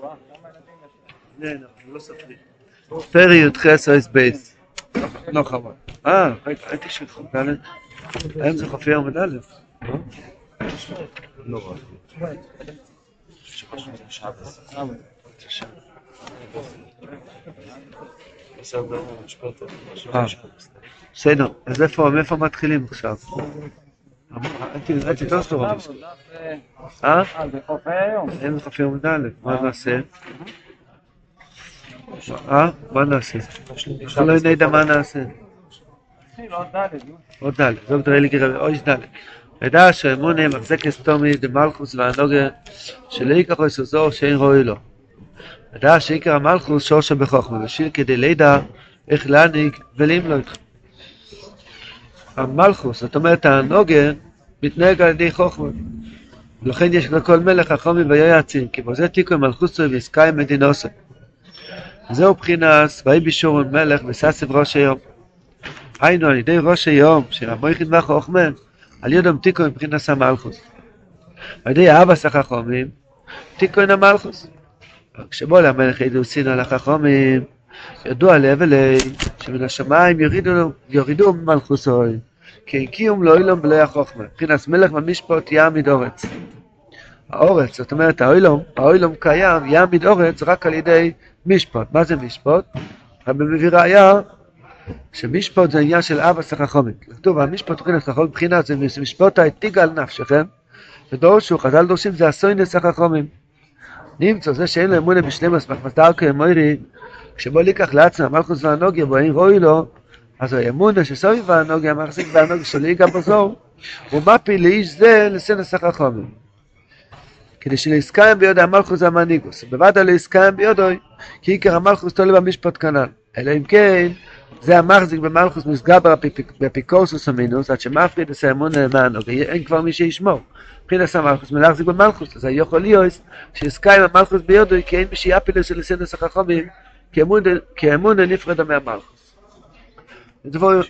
לא סופרים. פרי י"ח אויס בייס. לא חבל. הייתי שחום ד'. היום זה חופי יום ד'. לא רק. בסדר, אז מאיפה מתחילים עכשיו? הייתי לא סתור. זה חופי היום. אין חופי יום ד', מה נעשה? מה נעשה? אנחנו לא נדע מה נעשה. עוד ד', זאת תראה לי גרבי, אויש ד'. ידע שהאמונה מחזק אסתומי דמלכוס והנוגה שלא ייקח או סוזור שאין רואי לו. ידע שעיקר המלכוס שורשה בחוכמה, ושיר כדי לידע איך להניג ולמלוא איתך. המלכוס, זאת אומרת הנוגה, מתנהג על ידי חוכמה. ולכן יש לכל מלך חכמים ויועצים, כי בזה תיקו מלכוסו ועסקאי מדינוסו. וזהו בחינס, ואי בישור מלך וססב ראש היום. היינו על ידי ראש היום, שהמויכין והחוכמה, על יודם תיקו מבחינס המלכוס. על ידי אבס החכמים, תיקו אין המלכוס. כשבוא למלך ידעו סין על החכמים, ידוע להבלי, שמן השמיים יורידו ממלכוסוי, כי קיום לא אילום ולא החוכמה. מבחינס מלך במשפט יעמיד אורץ. האורץ, זאת אומרת האוילום קיים, יעמיד אורץ רק על ידי משפט. מה זה משפט? אבל מביא ראיה שמשפט זה עניין של אבס החכמים. כתוב, המשפט מבחינת חכמים מבחינת זה משפט העתיג על נפשכם, ודורשו, חז"ל דורשים זה הסוינס החכמים. נמצא זה שאין לו אמונה בשלמוס מחמסדר כאמורי, כשבוא ליקח לעצמם המלכוס והנוגיה בו אין רואי לו, אז האמונה שסויב והנוגיה מחזיק והנוגיה שלו ייגע בזור, הוא מפיל לאיש זה לסנס החכמים. כדי שלהסקיים ביודו המלכוס והמנהיגוס, בוודא להסקיים ביודו, כי עיקר המלכוס תולה במשפט כנ"ל. אלא אם כן, זה המחזיק במלכוס מסגבר בפיקורסוס המינוס, עד שמפריד את האמונה מהנוגיה, אין כבר מי שישמור. מבחינת המלכוס מלהחזיק במלכוס, אז יכול להיות שהסקיים המלכוס ביודו, כי אין מי שיאפיל של סנס החכמים, כי האמונה נפרדה מהמלכוס. דבורים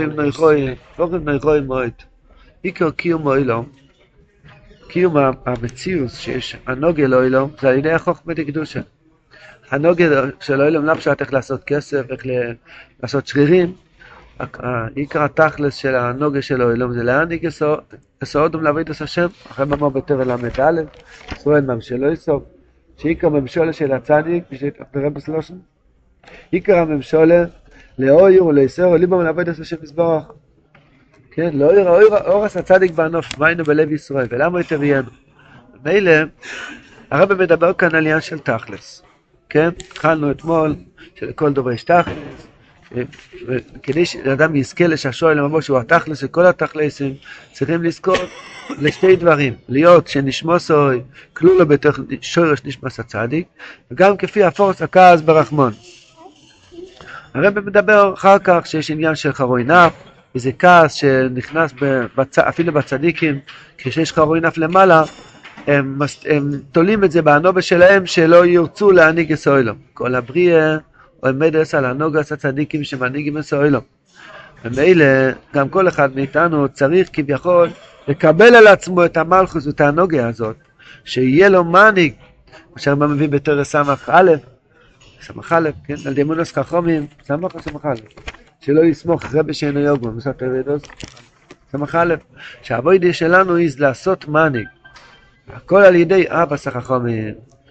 נויכוי מועד. עיקר קיום האילום, קיום המציאות שיש הנוגה לאילום, זה על ידי החוכמה דקדושה. הנוגה של האילום לא פשוט איך לעשות כסף, איך לעשות שרירים. עיקר התכלס של הנוגה של האילום זה להעניק יסודום לעבוד את השם, אחרי מאמר בתורה ל"א, ישראל ממשלו יסוד, שעיקר הממשלה של הצדיק, נראה בסלושן, עיקר הממשלה לאויר ולאסור ליבם לעבוד את השם יסברך. כן, לאויר אורס הצדיק בנוף, מיינו בלב ישראל, ולמה יותר יהיה? מילא, הרב מדבר כאן על עניין של תכלס. כן, התחלנו אתמול שלכל דובר יש תכלס, כדי שאדם יזכה לשעשוע למבוא שהוא התכלס וכל התכלסים, צריכים לזכור לשתי דברים, להיות שנשמוסוי כלולו בתוך שורש נשמס הצדיק, וגם כפי הפורס הכעס ברחמון. הרב מדבר אחר כך שיש עניין של חרוי נף, איזה כעס שנכנס אפילו בצדיקים, כשיש חרוי נף למעלה, הם תולים את זה בהנובה שלהם שלא ירצו להנהיג את סוילום. כל הבריאה עומד על הנוגס הצדיקים שמנהיגים את סוילום. ומילא גם כל אחד מאיתנו צריך כביכול לקבל על עצמו את המלכוס ואת הנוגה הזאת, שיהיה לו מנהיג, אשר מביא בתורה סמך א', כן, על דמונוס חכמים, סמך או סמך א', שלא יסמוך רבי שאינו יוגו, מסעת הרדוס, סמך א', שהעבודה שלנו היא לעשות מנהיג, הכל על ידי אבס החכמים.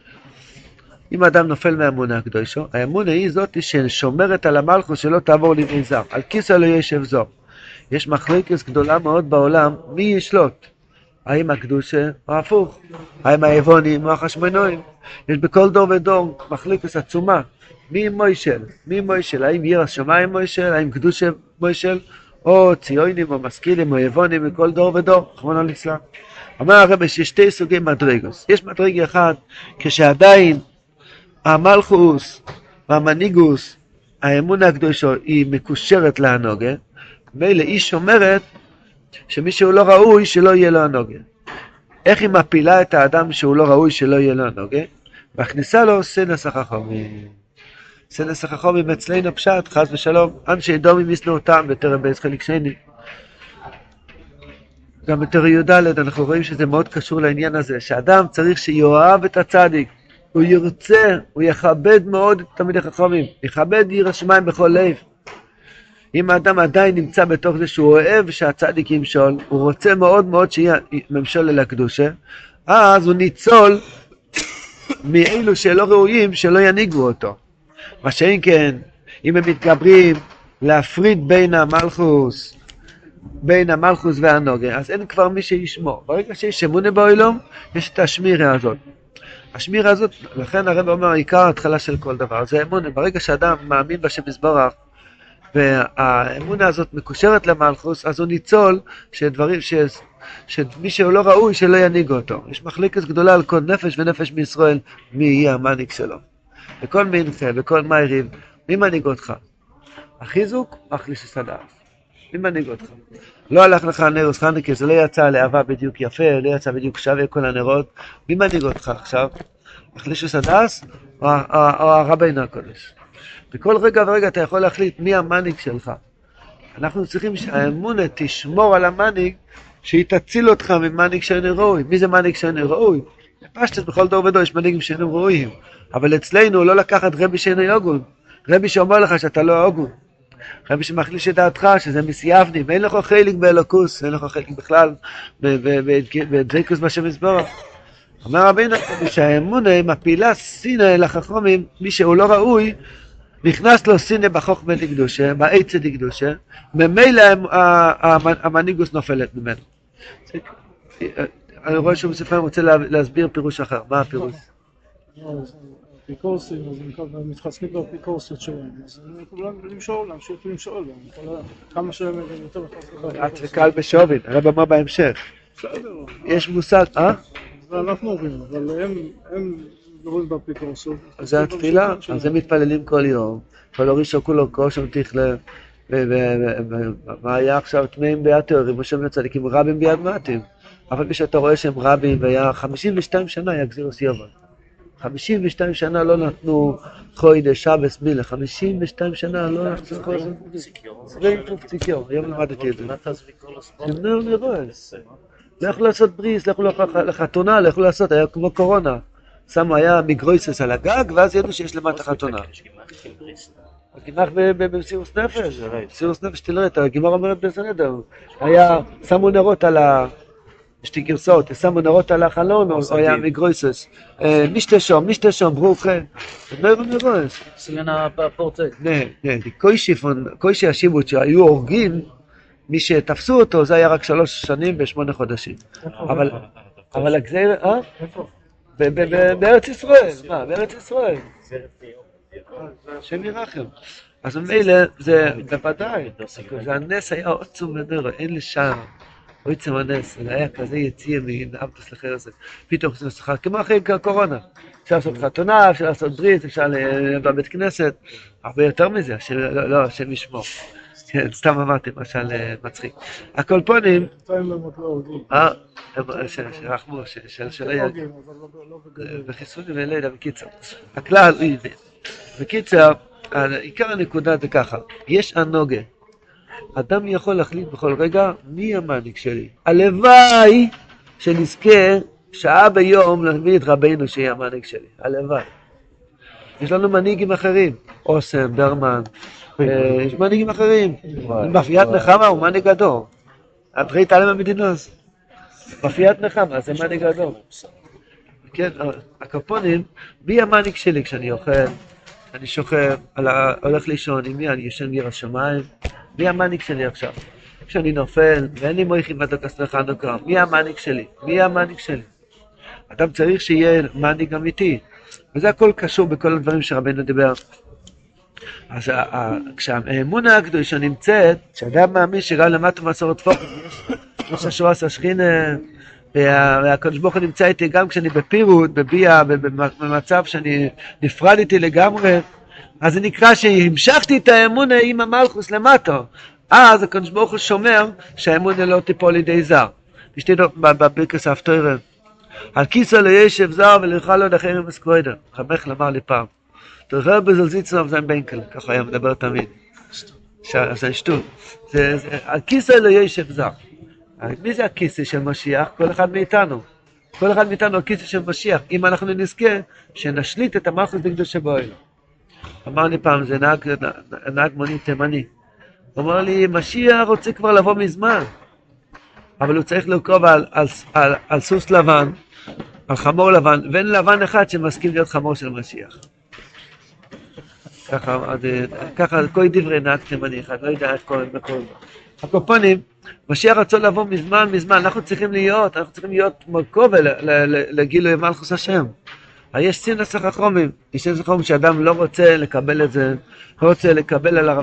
אם אדם נופל מהאמונה הקדושו, האמונה היא זאת ששומרת על המלכוס שלא תעבור לידי זר, על כיסא לא ישב זר. יש מחלוקת גדולה מאוד בעולם, מי ישלוט? האם הקדושה או הפוך? האם היוונים או החשמונאים? יש בכל דור ודור מחלוקת עצומה. מי מוישל? מי מוישל? האם ירא שמיים מוישל? האם קדושה מוישל? או ציונים או משכילים או יוונים בכל דור ודור? רחמנא ליצלן. אמר הרב שיש שתי סוגי מדרגות. יש מדרגה אחת כשעדיין המלכוס והמנהיגוס, האמונה הקדושה היא מקושרת להנוגה, מילא היא שומרת שמי שהוא לא ראוי שלא יהיה לו הנוגה. איך היא מפילה את האדם שהוא לא ראוי שלא יהיה לו הנוגה? והכניסה לו סנס החכמים. סנס החכמים אצלנו פשט, חס ושלום, אנשי דומים ישנאו אותם בתורה ב' חלק שני. גם בתורה י"ד אנחנו רואים שזה מאוד קשור לעניין הזה, שאדם צריך שיאהב את הצדיק. הוא ירצה, הוא יכבד מאוד את תלמידי חכמים, יכבד ירא שמיים בכל לב. אם האדם עדיין נמצא בתוך זה שהוא אוהב שהצדיק ימשול, הוא רוצה מאוד מאוד שיהיה ממשול אל הקדושה, אז הוא ניצול מאלו שלא ראויים שלא ינהיגו אותו. מה שאין כן, אם הם מתגברים להפריד בין המלכוס והנוגה, אז אין כבר מי שישמור. ברגע שיש אמונה באילום, יש את השמירה הזאת. השמירה הזאת, לכן הרב אומר, עיקר ההתחלה של כל דבר, זה אמונה. ברגע שאדם מאמין בשם יזברך, והאמונה הזאת מקושרת למלכוס, אז הוא ניצול שמי שהוא לא ראוי שלא ינהיג אותו. יש מחלקת גדולה על כל נפש ונפש מישראל, מי יהיה המנהיג שלו. בכל מנחה, בכל מייריב, מי מנהיג אותך? החיזוק, מחליש הדעת. מי מנהיג אותך? לא הלך לך נרוס חנוכה, זה לא יצא לאהבה בדיוק יפה, לא יצא בדיוק שווה כל הנרות. מי מנהיג אותך עכשיו? מחליש הדעת או הרבינו הקודש? בכל רגע ורגע אתה יכול להחליט מי המנהיג שלך. אנחנו צריכים שהאמונה תשמור על המנהיג, שהיא תציל אותך ממנהיג שאינו ראוי. מי זה מנהיג שאינו ראוי? פשטות בכל דור ודור יש מנהיגים שאינם ראויים. אבל אצלנו לא לקחת רבי שאינו הגון. רבי שאומר לך שאתה לא הגון. רבי שמחליש את דעתך שזה מסייבנים. ואין לך חלק באלוקוס, אין לך חלק בכלל בדבקות בשם יזברך. אומר רבינו שהאמונה מפילה שנאה אל החכמים, מי שהוא לא ראוי, נכנס לו שנאה בחוכמה דקדושה, בעצה דקדושה, ממילא המנהיגוס נופלת ממנו. אני רואה שהוא מספר, רוצה להסביר פירוש אחר. מה הפירוש? אפיקורסים, אז הם מתחזקים באפיקורסיות שלהם, אז הם כולם להמשיך למשול, כמה שהם יותר מחזקים. את וקל בשובין, הרב אמר בהמשך. יש מושג, זה אנחנו אומרים, אבל הם מדברים באפיקורסיות. זה התפילה, אז הם מתפללים כל יום, כל הורישו כולו קושם תכלה, ומה היה עכשיו תמאים ביד תיאורים, ושם לצדיקים רבים ביד מעטים. אבל כשאתה רואה שהם רבים, והיה 52 שנה היה גזירוס יובל. 52 שנה לא נתנו חוידה, שבס, מילה, 52 שנה לא נתנו חוידה. זה אינטרוף ציקיור, היום למדתי את זה. נראה נראה. לא יכלו לעשות בריס, לא יכלו לחתונה, לא יכלו לעשות, היה כמו קורונה. שמו היה מגרויסס על הגג, ואז ידעו שיש למטה חתונה. הגימח במסירוס נפש, במסירוס נפש תלראה, הגימר אומרת בסנדר. היה, שמו נרות על ה... שתי גרסאות, שמו נרות על החלון, או היה מגרויסס. משתשום, ברוכה. נרוס. סיינה בפורצק. קוישי השיבות שהיו הורגים, מי שתפסו אותו, זה היה רק 3 שנים ו8 חודשים. אבל הגזיר, בארץ ישראל, מה? בארץ ישראל. השם ירחם. אז ממילא זה בוודאי, זה הנס היה עוצום ונראה, אין לשם. עצם הנס, זה היה כזה יציאה מאבטוס לחרס, פתאום עושים לשחק, כמו אחרי הקורונה. אפשר לעשות חתונה, אפשר לעשות ברית, אפשר בבית כנסת, הרבה יותר מזה, לא, השם ישמור. כן, סתם אמרתי, משל מצחיק. הקולפונים, שרחמו, שלא יגיד, בחיסונים אלה, בקיצר. הכלל, בקיצר, עיקר הנקודה זה ככה, יש הנוגה. אדם יכול להחליט בכל רגע מי המנהיג שלי. הלוואי שנזכה שעה ביום להביא את רבינו שיהיה המנהיג שלי. הלוואי. יש לנו מנהיגים אחרים. אוסם, ברמן. יש מנהיגים אחרים. מפיית נחמה הוא מנהיג הדור. את עליהם המדינות. מפיית נחמה זה מנהיג הדור. כן, הקופונים, מי המנהיג שלי כשאני אוכל? אני שוכב, הולך לישון, עם מי אני ישן ירא שמיים? מי המנהיג שלי עכשיו? כשאני נופל, ואין לי מויכים בדקס לחנוכה, מי המנהיג שלי? מי המנהיג שלי? אדם צריך שיהיה מנהיג אמיתי, וזה הכל קשור בכל הדברים שרבנו דיבר. אז כשהאמונה הקדושה נמצאת, כשאדם מאמין שגם למטה מסורת פוקס, יש השורס השכינה, והקדוש ברוך הוא נמצא איתי גם כשאני בפירוט, בביע, במצב שאני נפרדתי לגמרי, אז זה נקרא שהמשכתי את האמונה עם המלכוס למטה. אז הקדוש ברוך הוא שומר שהאמונה לא תיפול לידי זר. תשתית בברכת ההפטרה. על כיסא לא ישב זר ולאכל עוד אחרים מסקווידר. חמך למר לי פעם. תראה בזלזיצנו זה בנקל, ככה היה מדבר תמיד. זה שטות. על כיסא לא ישב זר. מי זה הכיסא של משיח? כל אחד מאיתנו. כל אחד מאיתנו הכיסא של משיח, אם אנחנו נזכה שנשליט את המלכות דקדוש שבאוהל. אמר לי פעם, זה נהג מונית תימני, הוא אמר לי, משיח רוצה כבר לבוא מזמן, אבל הוא צריך לרכוב על סוס לבן, על חמור לבן, ואין לבן אחד שמסכים להיות חמור של משיח. ככה כל דברי נהג תימני אחד, לא יודע איך קוראים בכל. הקופונים, משיח רצה לבוא מזמן, אנחנו צריכים להיות מרכוב לגילוי מלכות השם. יש סינוס החכמים, יש סינוס החכמים שאדם לא רוצה לקבל את זה, לא רוצה לקבל על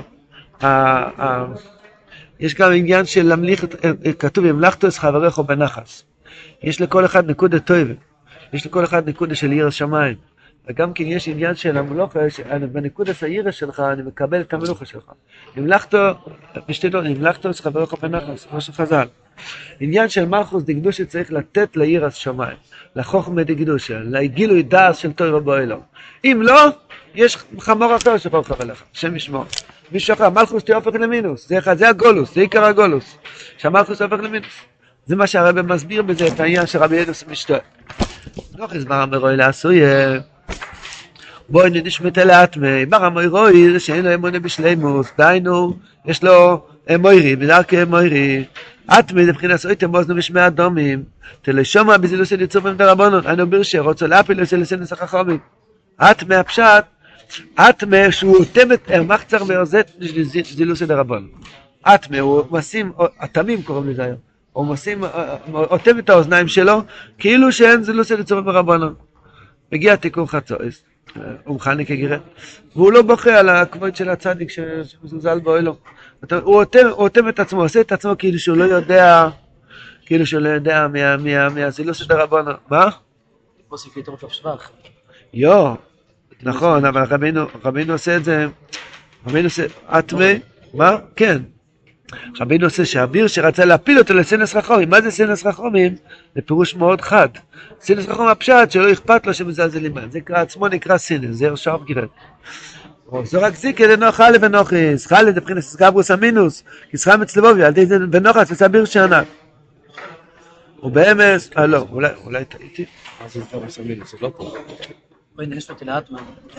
יש גם עניין של להמליך, כתוב, המלכתו את חברך בנחס. יש לכל אחד נקודה טובה, יש לכל אחד נקודה של ירא שמיים. וגם כן יש עניין של המלוכה, בנקודה הירא שלך אני מקבל את המלוכה שלך. המלכתו את חברך בנחס, כמו שחז"ל. עניין של מלכות דקדושה צריך לתת לירא שמיים, לחוכמה דקדושה, לגילוי דעת של תורה באלוהים. אם לא, יש חמור אחר שיכול לקבל לך, השם ישמור. מישהו אחר, מלכות תהיה הופך למינוס, זה הגולוס, זה עיקר הגולוס, שהמלכות הופך למינוס. זה מה שהרבא מסביר בזה, את העניין שרבי ינוס משתואל. נוח הסבר אמרוי לעשוי, בואי נשמת אל האטמי, בר אמרוי שאין לו אמונה בשלימוס, דיינו, יש לו אמוירי, בדרכי אמוירי, אטמי זה מבחינת סויתם מוזנו בשמי אדומים, תלשומע בזילוסי ליצור במדרבנון, אני אומר שרוצה להפיל לסי נסח החומי. אטמי הפשט, אטמי שהוא אוטם את מחצר ועוזת זילוסי דרבנון. אטמי הוא משים, התמים קוראים לזה היום, הוא משים, אוטם את האוזניים שלו, כאילו שאין זילוסי ליצור במדרבנון. מגיע תיקון חצועס, הוא מחניק הגירה, והוא לא בוכה על הכבוד של הצדיק שמזוזל באוהלו. הוא אוטם את עצמו, עושה את עצמו כאילו שהוא לא יודע מהזילוס של הרבנו. מה? פוסק יותר טוב שבח. נכון, אבל רבינו עושה את זה, רבינו עושה, אטמי, מה? כן. רבינו עושה שהאביר שרצה להפיל אותו לסינס רחומים. מה זה סינס רחומים? זה פירוש מאוד חד. סינס רחום הפשט שלא אכפת לו שמזלזלים בהם. זה עצמו נקרא סינס, זה הרשעה בגירת. זה רק זיקה לנוח חלה ונוחס. חלה זה מבחינת סגברוס המינוס, כי שכם מצלבובי, על די זה ונוחס וסביר שענק. ובאמס, לא, אולי טעיתי. מה זה סגברוס המינוס? זה לא פה. בואי נשמתי לאטמה.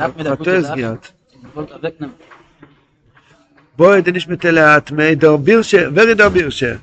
בואי נשמתי לאטמה, דור בירשה, ורי דור בירשה.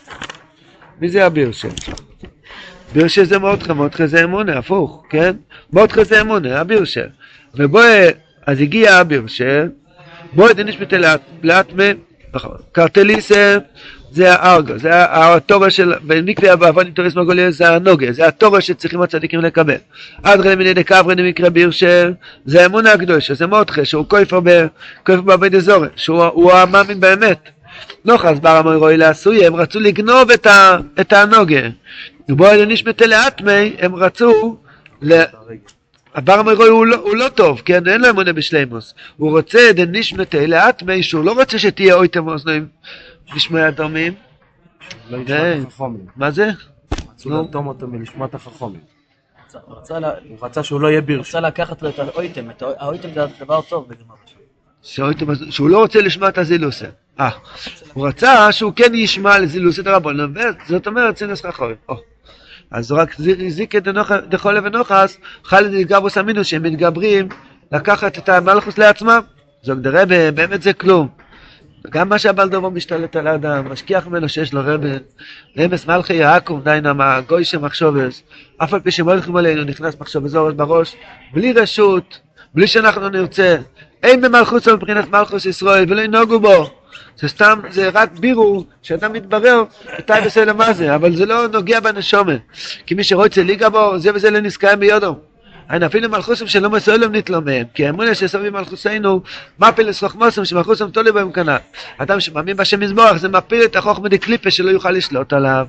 מי זה הבירשה? בירשה זה מותחה זה אמונה, הפוך, כן? מותחה זה אמונה, הבירשה. ובואי, אז הגיע הבירשה, בואי נשמתי לאטמה, קרטליסה, זה הארגו, זה התורה של, במקרה בעוון תורס מגוליה, זה הנוגה, זה התורה שצריכים הצדיקים לקבל. אדרא למיני דקברי נמקרא בירשה, זה האמונה הקדושה, זה מותחה, שהוא כופר בעבד אזורי, שהוא המאמין באמת. נוחס בר אמרוי לעשוי, הם רצו לגנוב את הנוגה. ובואי נשמתי לאטמי, הם רצו, הבר אמרוי הוא לא טוב, כן? אין לו אמונה בשלימוס. הוא רוצה דנשמתי לאטמי, שהוא לא רוצה שתהיה אויתם אוזניים לשמוע אדומים. לא לשמוע את החכומים. מה זה? רצו לאטום אותו מלשמוע את החכומים. הוא רצה שהוא לא יהיה בירש. הוא רצה לקחת לו את האויתם. האויתם זה דבר טוב. שהוא לא רוצה לשמוע את הזילוסה. הוא רצה שהוא כן ישמע לזילוסת הרבון, זאת אומרת סינוס חכומים. אז רק זיקה דחולה ונוחס, חלד לגברוס המינוס שהם מתגברים לקחת את המלכוס לעצמם. זאת דרבה, באמת זה כלום. גם מה שהבעל דובו משתלט על האדם, משכיח ממנו שיש לו רבה, רמס מלכי יעקב, דיינמה, גוי שמחשובס, אף על פי שמולכים עלינו נכנס מחשובס אורס בראש, בלי רשות, בלי שאנחנו נרצה, אין במלכוס מבחינת מלכוס ישראל, ולא ינוגו בו. זה סתם, זה רק בירו שאדם מתברר, מתי בסלם מה זה, אבל זה לא נוגע בנשומה, כי מי שרוצה ליגה בו, זה וזה לא נזכאים ביודו. אין אפילו מלכוסם שלא מסוילם נתלו מהם, כי האמונה שסביב מלכוסנו, מפיל לסחוכמוסם שמלכוסם תולי בהם כנ"ל. אדם שמאמין בשם יזבח, זה מפיל את החוכמה דקליפה שלא יוכל לשלוט עליו.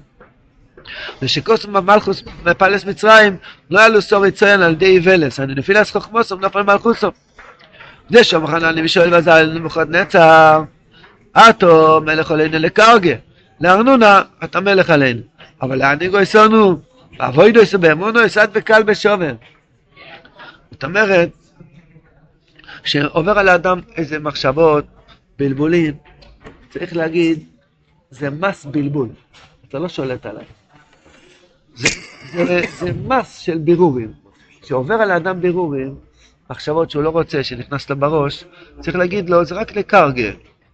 ושקוסם במלכוס מפלס מצרים, לא היה לו סורי ציין על די ולס, אני נפיל לסחוכמוסם, נפל מלכוסם. זה שומחן אני משואל וזל, נמוכת נצר, אתו מלך עלינו לקרגה, לארנונה, אתה מלך עלינו. אבל להניגו יסונו, אבוידו יסו באמונו, יסד וקל בשובר. זאת אומרת, שעובר על האדם איזה מחשבות, בלבולים, צריך להגיד, זה מס בלבול, אתה לא שולט עליי. זה מס של בירורים. כשעובר על האדם בירורים, מחשבות שהוא לא רוצה, שנכנס לו בראש, צריך להגיד לו, זה רק לקרגה.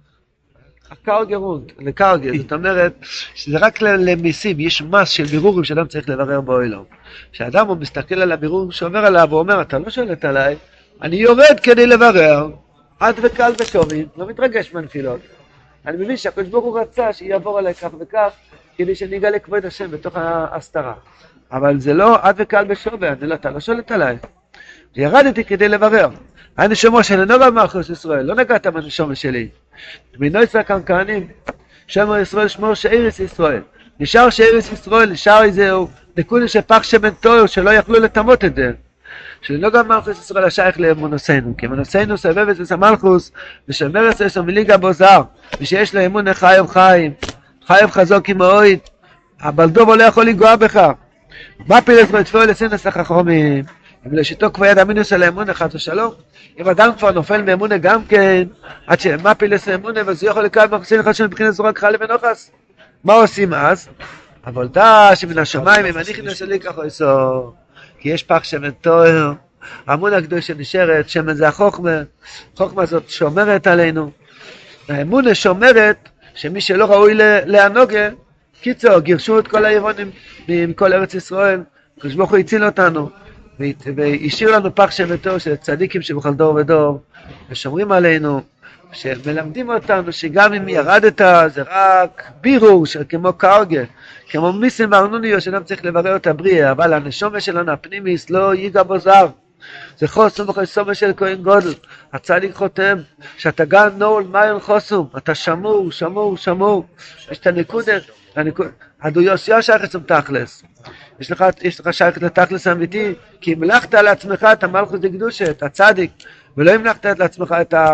הקרגה רונד, לקרגה, זאת אומרת, שזה רק למיסים, יש מס של בירורים שאדם צריך לברר באוילום. כשאדם הוא מסתכל על הבירורים שעובר עליו, הוא אומר, אתה לא שולט עליי, אני יורד כדי לברר, עד וקל ושובים, לא מתרגש מהנפילות. אני מבין שהקדוש ברוך הוא רצה שיעבור עליי כך וכך, כדי שנגלה כבוד השם בתוך ההסתרה. אבל זה לא עד וקל בשווה, אתה לא שולט עליי. ירדתי כדי לברר. הנשומו של הנוגע במלכות ישראל, לא נגעת בנשומו שלי. מינו ישראל קנקנים, שמו ישראל שמו שאירס ישראל. נשאר שאירס ישראל, נשאר איזהו נקודה שפח שמן תואר, שלא יכלו לתמות את זה. שלנוגע במלכות ישראל השייך לאמונוסינו, כי אמונוסינו סבב את המלכות, ושמר את זה מליגה בוזר, ושיש לו אמון חייב חיים, חייב חזוק עם האוהד, הבלדובו לא יכול לגוע בך. מה פילס ותפור לסינס החכמים? אם לשיטו כבר יד המינוס על האמונה חד ושלום, אם אדם כבר נופל מאמונה גם כן, עד שמה פילס האמונה וזה יכול לקיים מחסין אחד שמבחינת זורק חלה ונוחס, מה עושים אז? אבל דע שמן השמיים אם אני חינס לי ככה יסור, כי יש פח שמן טוהר, האמונה הקדושה נשארת, שמן זה החוכמה, החוכמה הזאת שומרת עלינו, האמונה שומרת שמי שלא ראוי להנוגה, קיצור, גירשו את כל היוונים מכל ארץ ישראל, הקדוש ברוך הוא הציל אותנו, והשאיר לנו פח שמן טוב של צדיקים שבכל דור ודור, ושומרים עלינו, שמלמדים אותנו שגם אם ירדת זה רק בירור כמו קרגה, כמו מיסים וארנוניו שאדם צריך לברר את הבריאה, אבל הנשומה שלנו הפנימיס לא ייגע בו זר, זה חוסום וחסומה של כהן גודל, הצדיק חותם שאתה גם נול מיין חוסום, אתה שמור, שמור, שמור, יש את הנקודה, הדויוס שייך אצלם תכלס, יש לך שייך לתכלס האמיתי, כי המלכת על עצמך את המלכות דקדושת, הצדיק, ולא המלכת לעצמך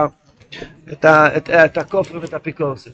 את הכופר ואת אפיקורסים.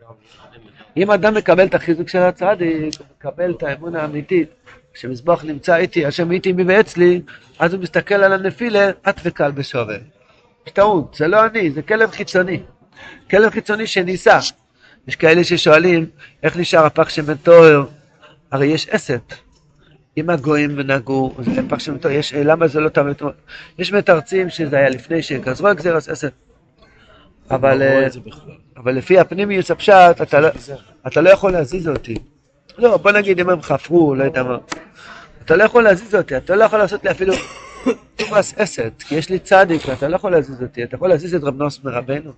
אם אדם מקבל את החיזוק של הצדיק, מקבל את האמון האמיתית, כשמזבח נמצא איתי, השם איתי מי ואצלי, אז הוא מסתכל על הנפילה, עד וקל בשווה. יש טעות, זה לא אני, זה כלב חיצוני. כלב חיצוני שניסה. יש כאלה ששואלים, איך נשאר הפח שמן טוהר? הרי יש אסת. אם הגויים ונגעו, זה פח שמן טוהר, למה זה לא תמיד? יש מתרצים שזה היה לפני שגזרו הגזירס אסת. אבל לפי הפנימיוס הפשט, אתה לא יכול להזיז אותי. לא, בוא נגיד אם הם חפרו, לא יודע מה. אתה לא יכול להזיז אותי, אתה לא יכול לעשות לי אפילו תומס אסת, כי יש לי צדיק, ואתה לא יכול להזיז אותי, אתה יכול להזיז את רב נוס מרבנו.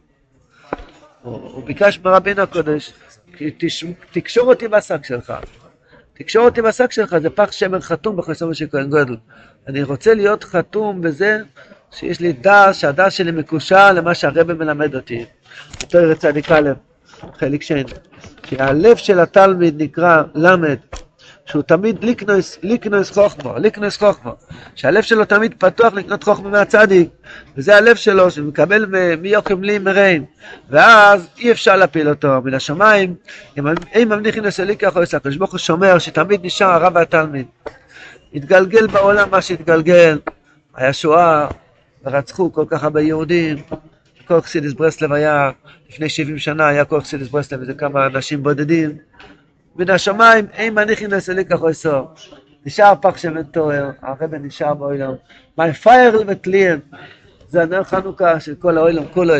הוא ביקש מרבנו הקודש, תקשור אותי בשק שלך. תקשור אותי בשק שלך, זה פח שמן חתום בחסומו של כהן גודל. אני רוצה להיות חתום בזה שיש לי דעת, שהדעת שלי מקושר למה שהרבא מלמד אותי. בתור צדיק א', חלק שני. כי הלב של התלמיד נקרא למד, שהוא תמיד ליקנוס חוכמה, שהלב שלו תמיד פתוח לקנות חוכמה מהצדיק, וזה הלב שלו שמקבל מיוקם לי מראים, ואז אי אפשר להפיל אותו מן השמיים, אם ממניחים לסליק יכול לסק, הקדוש ברוך הוא שומר שתמיד נשאר הרב והתלמיד, התגלגל בעולם מה שהתגלגל, היה שואה, ורצחו כל כך הרבה יהודים, כל חסידס ברסלב היה, לפני 70 שנה היה כל חסידס ברסלב, וזה כמה אנשים בודדים, מן השמיים, אין מניחים לסליק החוסר, נשאר פח שמן טוהר, הרבא נשאר באוילם, מי פייר ותליין, זה הנר חנוכה של כל האוילם, כולו,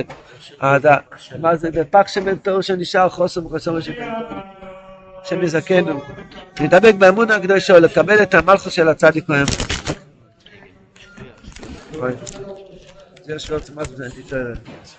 מה זה, בפח שמן טוהר שנשאר חוסר וחוסר שמזכנו, לדבק באמונה הקדושה, לקבל את המלכות של הצדיק מהם. זה יש לו עצמת בזה,